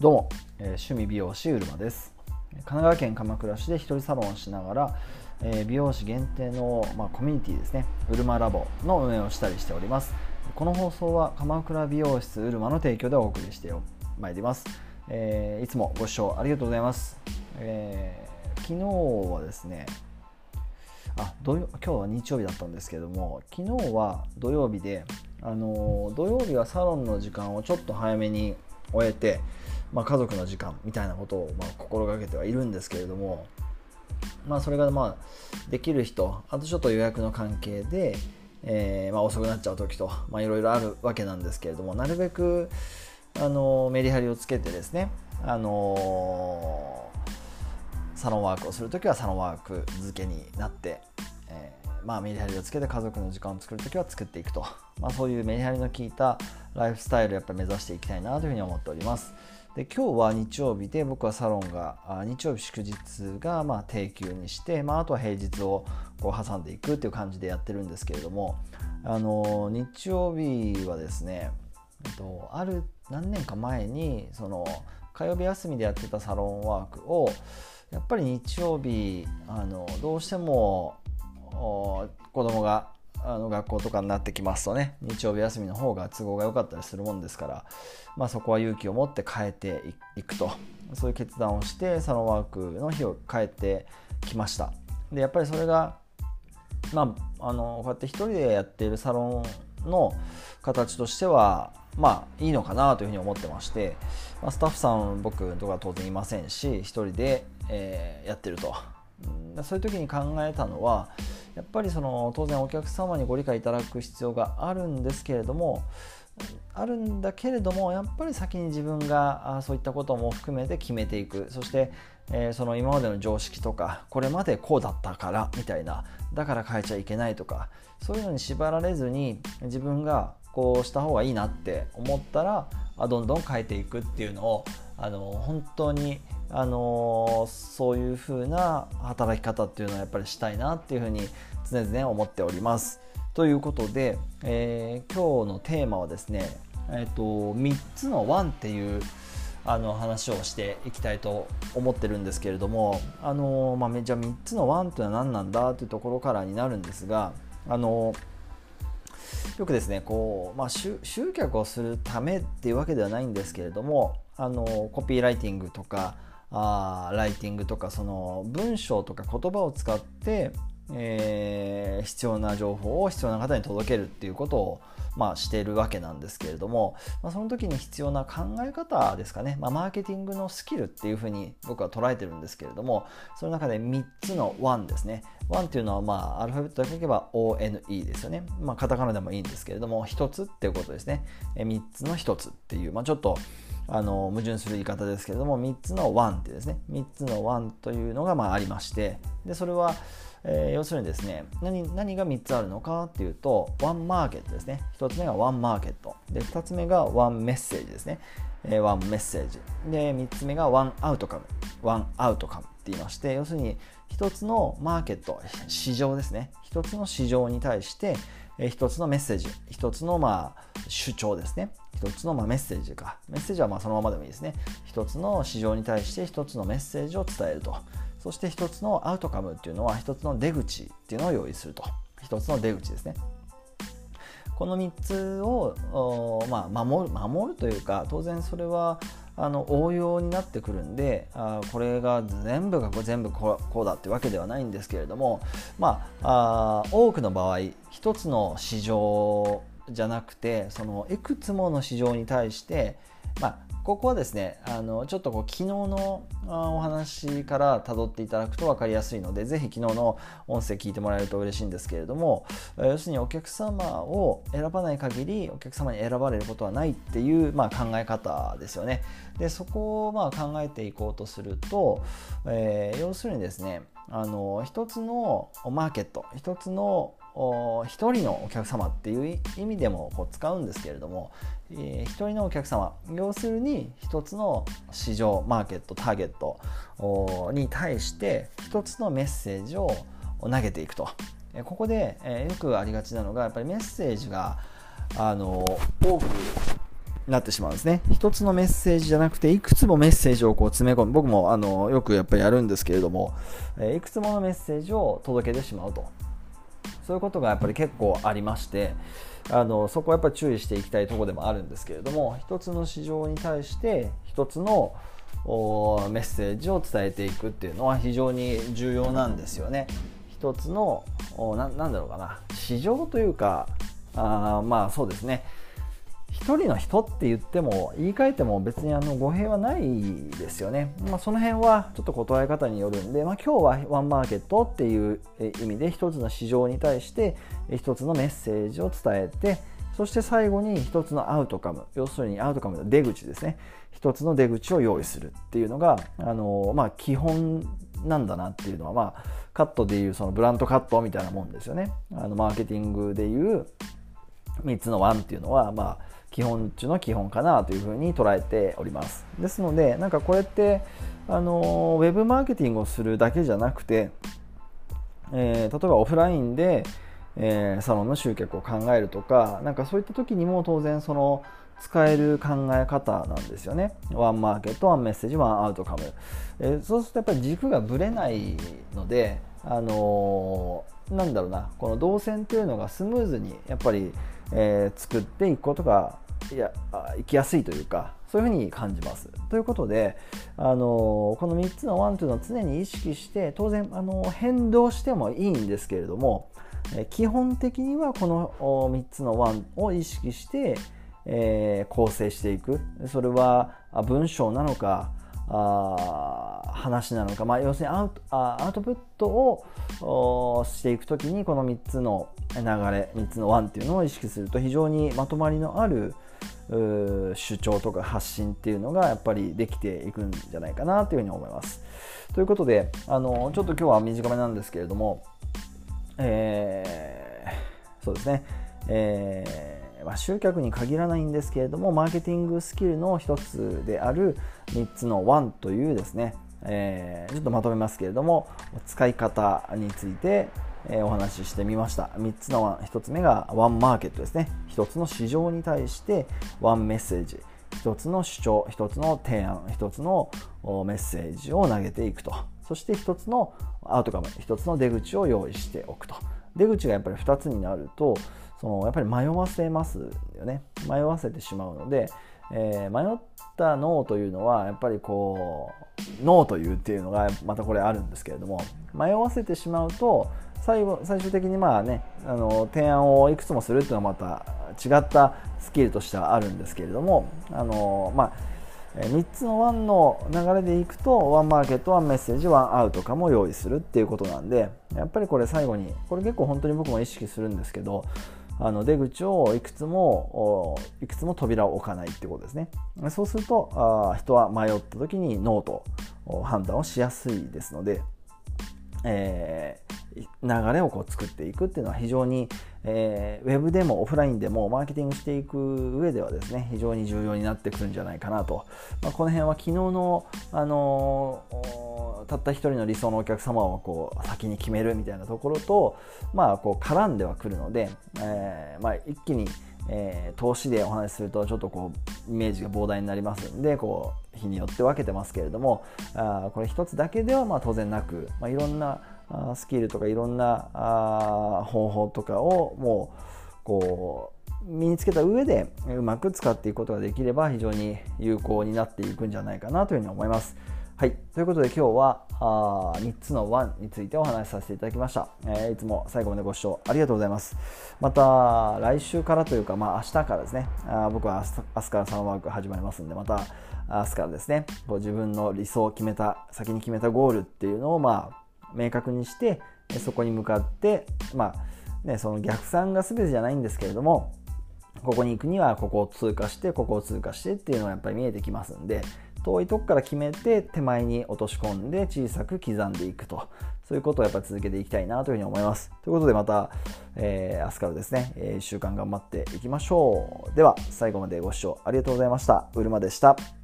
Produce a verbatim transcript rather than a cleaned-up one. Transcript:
どうも、えー、趣味美容師うるまです。神奈川県鎌倉市で一人サロンをしながら、えー、美容師限定の、まあ、コミュニティですね、うるまラボの運営をしたりしております。この放送は鎌倉美容室うるまの提供でお送りしてまいります。えー、いつもご視聴ありがとうございます。えー、昨日はですねあ土曜今日は日曜日だったんですけども、昨日は土曜日で、あのー、土曜日はサロンの時間をちょっと早めに終えて、まあ、家族の時間みたいなことをまあ心がけてはいるんですけれども、まあ、それがまあできる人、あとちょっと予約の関係で、えーまあ、遅くなっちゃう時といろいろあるわけなんですけれども、なるべくあのメリハリをつけてですね、あのー、サロンワークをするときはサロンワーク付けになって、えーまあ、メリハリをつけて家族の時間を作るときは作っていくと、まあ、そういうメリハリの効いたライフスタイルをやっぱり目指していきたいなというふうに思っております。で、今日は日曜日で、僕はサロンが日曜日祝日がまあ定休にして、まあ、あとは平日をこう挟んでいくっていう感じでやってるんですけれども、あの日曜日はですね、えっと、ある何年か前にその火曜日休みでやってたサロンワークをやっぱり日曜日あのどうしても子供があの学校とかになってきますとね、日曜日休みの方が都合が良かったりするもんですから、まあ、そこは勇気を持って変えていくと、そういう決断をしてサロンワークの日を変えてきました。でやっぱりそれが、まあ、あのこうやって一人でやっているサロンの形としてはまあいいのかなというふうに思ってまして、まあ、スタッフさん僕とか当然いませんし、一人で、えー、やってると。そういう時に考えたのは、やっぱりその当然お客様にご理解いただく必要があるんですけれどもあるんだけれどもやっぱり先に自分がそういったことも含めて決めていく。そして、えー、その今までの常識とか、これまでこうだったからみたいな、だから変えちゃいけないとか、そういうのに縛られずに自分がこうした方がいいなって思ったらどんどん変えていくっていうのを、あの本当にあのそういう風な働き方っていうのはやっぱりしたいなっていう風に常々思っております。ということで、えー、今日のテーマはですね、えー、とみっつのワンっていうあの話をしていきたいと思ってるんですけれども、あの、まあ、じゃあみっつのワンっていうのは何なんだというところからになるんですが、あのよくですねこう、まあ、集客をするためっていうわけではないんですけれども、あのコピーライティングとかあライティングとか、その文章とか言葉を使って、えー、必要な情報を必要な方に届けるっていうことを、まあ、しているわけなんですけれども、まあ、その時に必要な考え方ですかね、まあ、マーケティングのスキルっていうふうに僕は捉えてるんですけれども、その中でみっつのワンですね。ワンっていうのは、まあ、アルファベットで書けば オーエヌイー ですよね。まあ、カタカナでもいいんですけれども、ひとつっていうことですね。みっつのひとつっていう、まあ、ちょっとあの矛盾する言い方ですけれども、みっつのワンってですね、みっつのワンというのがまあありまして、でそれは、えー、要するにですね、何、何がみっつあるのかっていうと、ワンマーケットですね。ひとつめがワンマーケットで、ふたつめがワンメッセージですね、えー、ワンメッセージで、みっつめがワンアウトカムワンアウトカムって言いまして、要するにひとつのマーケット、市場ですね、ひとつの市場に対して一つのメッセージ、一つのまあ主張ですね、一つのまあメッセージか、メッセージはまあそのままでもいいですね。一つの市場に対して一つのメッセージを伝えると。そして一つのアウトカムっていうのは一つの出口っていうのを用意すると。一つの出口ですね。このみっつを、まあ、守る守るというか、当然それはあの応用になってくるんで、あこれが全部が全部こう、こうだってわけではないんですけれども、まあ、あ多くの場合一つの市場じゃなくて、そのいくつもの市場に対して、まあ、ここはですね、あのちょっとこう昨日のお話から辿っていただくと分かりやすいので、ぜひ昨日の音声聞いてもらえると嬉しいんですけれども、要するにお客様を選ばない限りお客様に選ばれることはないっていう、まあ、考え方ですよね。でそこをまあ考えていこうとすると、えー、要するにですね、あの一つのマーケット、一つの一人のお客様っていう意味でもこう使うんですけれども、えー、一人のお客様、要するに一つの市場、マーケット、ターゲットに対して一つのメッセージを投げていくと。ここで、えー、よくありがちなのが、やっぱりメッセージがあの多くなってしまうんですね。一つのメッセージじゃなくていくつもメッセージをこう詰め込む、僕もあのよくやっぱりやるんですけれども、えー、いくつものメッセージを届けてしまうと、そういうことがやっぱり結構ありまして、あのそこはやっぱり注意していきたいところでもあるんですけれども、一つの市場に対して一つのメッセージを伝えていくっていうのは非常に重要なんですよね。一つの な, なんだろうかな市場というか、あまあそうですね、一人の人って言っても言い換えても別にあの語弊はないですよね。まあ、その辺はちょっと捉え方によるんで、まあ、今日はワンマーケットっていう意味で一つの市場に対して一つのメッセージを伝えて、そして最後に一つのアウトカム、要するにアウトカムの出口ですね、一つの出口を用意するっていうのがあの、まあ、基本なんだなっていうのは、まあ、カットでいうそのブランドカットみたいなもんですよね。あのマーケティングでいうみっつのワンっていうのは、まあ基本中の基本かなというふうに捉えております。ですので、なんかこれってあのウェブマーケティングをするだけじゃなくて、えー、例えばオフラインで、えー、サロンの集客を考えるとか、なんかそういった時にも当然その使える考え方なんですよね。ワンマーケット、ワンメッセージ、ワンアウトカム、えー、そうするとやっぱり軸がぶれないので、あのー、なんだろうな、この動線っていうのがスムーズにやっぱり、えー、作っていくことがいや行きやすいというか、そういうふうに感じます。ということで、あのー、このみっつのワンというのを常に意識して、当然、あのー、変動してもいいんですけれども、えー、基本的にはこのみっつのワンを意識して、えー、構成していく。それは文章なのか、あ話なのか、まあ、要するにアウト、あアウトプットをしていくときにこのみっつの流れ、みっつのワンっていうのを意識すると非常にまとまりのある主張とか発信っていうのがやっぱりできていくんじゃないかなというふうに思います。ということで、あのちょっと今日は短めなんですけれども、えー、そうですね、えーまあ、集客に限らないんですけれども、マーケティングスキルの一つであるみっつのワンというですね、えー、ちょっとまとめますけれども、使い方について、えー、お話ししてみました。みっつのワン、ひとつめがワンマーケットですね。ひとつの市場に対してワンメッセージ、ひとつの主張、ひとつの提案、ひとつのメッセージを投げていくと。そしてひとつのアウトカム、ひとつの出口を用意しておくと。出口がやっぱりふたつになると、そのやっぱり迷わせますよね。迷わせてしまうので、えー、迷った脳というのはやっぱりこう脳というっていうのがまたこれあるんですけれども、迷わせてしまうと最後最終的にまあね、あの提案をいくつもするっていうのはまた違ったスキルとしてはあるんですけれども、あのまあみっつのワンの流れでいくと、ワンマーケット、ワンメッセージ、ワンアウトかも用意するっていうことなんで、やっぱりこれ最後に、これ結構本当に僕も意識するんですけど、あの出口をいくつもいくつも扉を置かないっていうことですね。そうするとあ人は迷った時にノーと判断をしやすいですので、えー、流れをこう作っていくっていうのは非常に、えー、ウェブでもオフラインでもマーケティングしていく上ではですね、非常に重要になってくるんじゃないかなと、まあ、この辺は昨日の、あのー、たった一人の理想のお客様をこう先に決めるみたいなところと、まあ、こう絡んではくるので、えーまあ、一気にえー、投資でお話しするとちょっとこうイメージが膨大になりますので、こう日によって分けてますけれども、あこれ一つだけではまあ当然なく、まあ、いろんなあスキルとかいろんなあ方法とかをもうこう身につけた上でうまく使っていくことができれば非常に有効になっていくんじゃないかなというふうに思います。はい、ということで今日はあみっつのワンについてお話しさせていただきました、えー、いつも最後までご視聴ありがとうございます。また来週からというか、まあ、明日からですね、あ僕は明日、明日からサロンワーク始まりますんで、また明日からですね、こう自分の理想を決めた先に決めたゴールっていうのをまあ明確にして、そこに向かって、まあね、その逆算が全てじゃないんですけれども、ここに行くにはここを通過してここを通過してっていうのがやっぱり見えてきますんで、遠いとこから決めて手前に落とし込んで小さく刻んでいくと、そういうことをやっぱり続けていきたいなというふうに思います。ということでまた、えー、明日からですね、いっしゅうかん頑張っていきましょう。では最後までご視聴ありがとうございました。うるまでした。